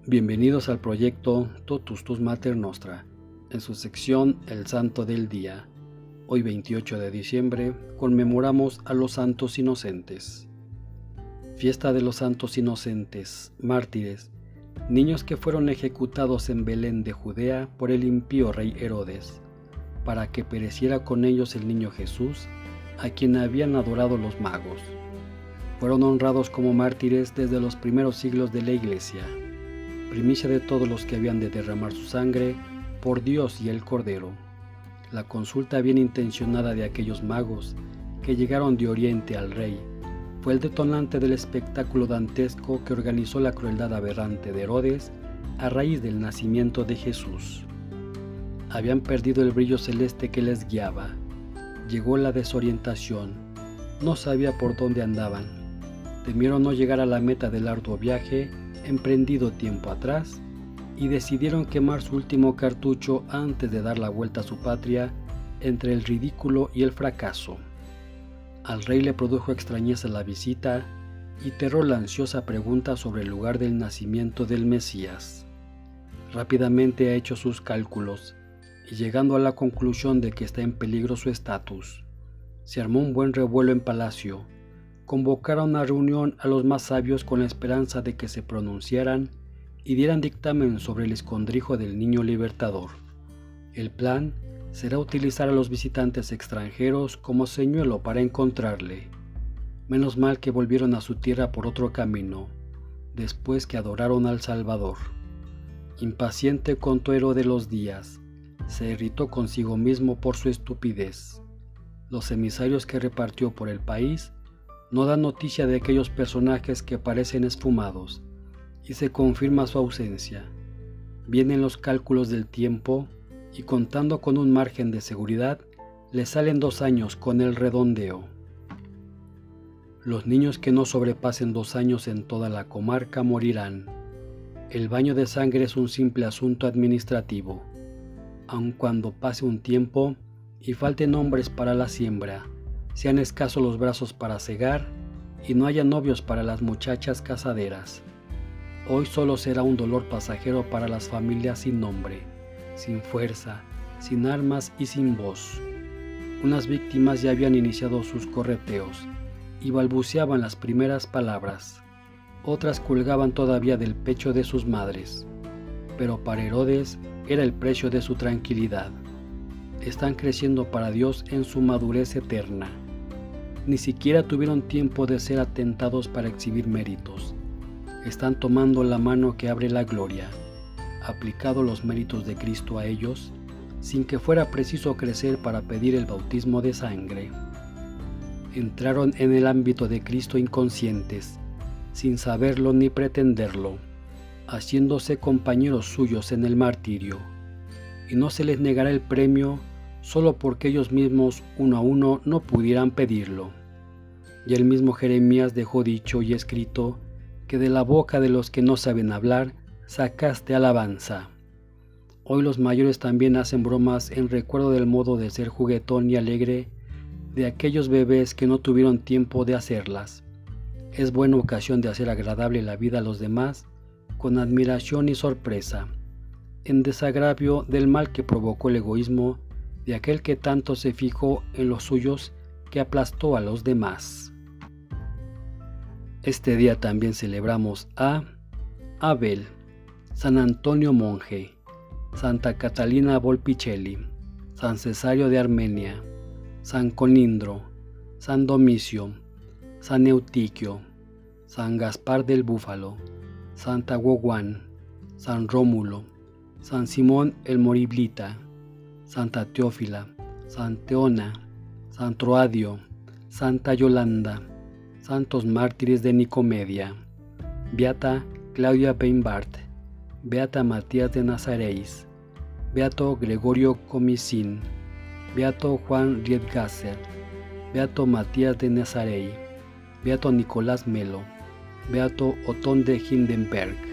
Bienvenidos al proyecto Totus Tus Mater Nostra, en su sección El Santo del Día. Hoy 28 de diciembre conmemoramos a los santos inocentes. Fiesta de los santos inocentes, mártires, niños que fueron ejecutados en Belén de Judea por el impío rey Herodes, para que pereciera con ellos el niño Jesús, a quien habían adorado los magos. Fueron honrados como mártires desde los primeros siglos de la Iglesia, primicia de todos los que habían de derramar su sangre por Dios y el Cordero. La consulta bien intencionada de aquellos magos que llegaron de Oriente al rey fue el detonante del espectáculo dantesco que organizó la crueldad aberrante de Herodes a raíz del nacimiento de Jesús. Habían perdido el brillo celeste que les guiaba. Llegó la desorientación. No sabía por dónde andaban. Temieron no llegar a la meta del arduo viaje emprendido tiempo atrás y decidieron quemar su último cartucho antes de dar la vuelta a su patria entre el ridículo y el fracaso. Al rey le produjo extrañeza la visita y terror la ansiosa pregunta sobre el lugar del nacimiento del Mesías. Rápidamente ha hecho sus cálculos y llegando a la conclusión de que está en peligro su estatus, se armó un buen revuelo en palacio. Convocaron a una reunión a los más sabios con la esperanza de que se pronunciaran y dieran dictamen sobre el escondrijo del niño libertador. El plan será utilizar a los visitantes extranjeros como señuelo para encontrarle. Menos mal que volvieron a su tierra por otro camino, después que adoraron al Salvador. Impaciente contó Herodes los días, se irritó consigo mismo por su estupidez. Los emisarios que repartió por el país no dan noticia de aquellos personajes que parecen esfumados, y se confirma su ausencia. Vienen los cálculos del tiempo, y contando con un margen de seguridad, le salen 2 años con el redondeo. Los niños que no sobrepasen 2 años en toda la comarca morirán. El baño de sangre es un simple asunto administrativo. Aun cuando pase un tiempo y falten hombres para la siembra, sean escasos los brazos para segar y no haya novios para las muchachas casaderas. Hoy solo será un dolor pasajero para las familias sin nombre, sin fuerza, sin armas y sin voz. Unas víctimas ya habían iniciado sus correteos y balbuceaban las primeras palabras. Otras colgaban todavía del pecho de sus madres. Pero para Herodes era el precio de su tranquilidad. Están creciendo para Dios en su madurez eterna. Ni siquiera tuvieron tiempo de ser atentados para exhibir méritos. Están tomando la mano que abre la gloria, aplicado los méritos de Cristo a ellos, sin que fuera preciso crecer para pedir el bautismo de sangre. Entraron en el ámbito de Cristo inconscientes, sin saberlo ni pretenderlo, haciéndose compañeros suyos en el martirio, y no se les negará el premio solo porque ellos mismos uno a uno no pudieran pedirlo. Y el mismo Jeremías dejó dicho y escrito que de la boca de los que no saben hablar sacaste alabanza. Hoy los mayores también hacen bromas en recuerdo del modo de ser juguetón y alegre de aquellos bebés que no tuvieron tiempo de hacerlas. Es buena ocasión de hacer agradable la vida a los demás con admiración y sorpresa, en desagravio del mal que provocó el egoísmo de aquel que tanto se fijó en los suyos que aplastó a los demás. Este día también celebramos a Abel, San Antonio Monje, Santa Catalina Volpicelli, San Cesario de Armenia, San Colindro, San Domicio, San Eutiquio, San Gaspar del Búfalo, Santa Woguán, San Rómulo, San Simón el Moriblita, Santa Teófila, San Teona, San Troadio, Santa Yolanda, santos mártires de Nicomedia, Beata Claudia Beinbart, Beata Matías de Nazareis, Beato Gregorio Comicín, Beato Juan Riedgasser, Beato Matías de Nazarey, Beato Nicolás Melo, Beato Otón de Hindenberg.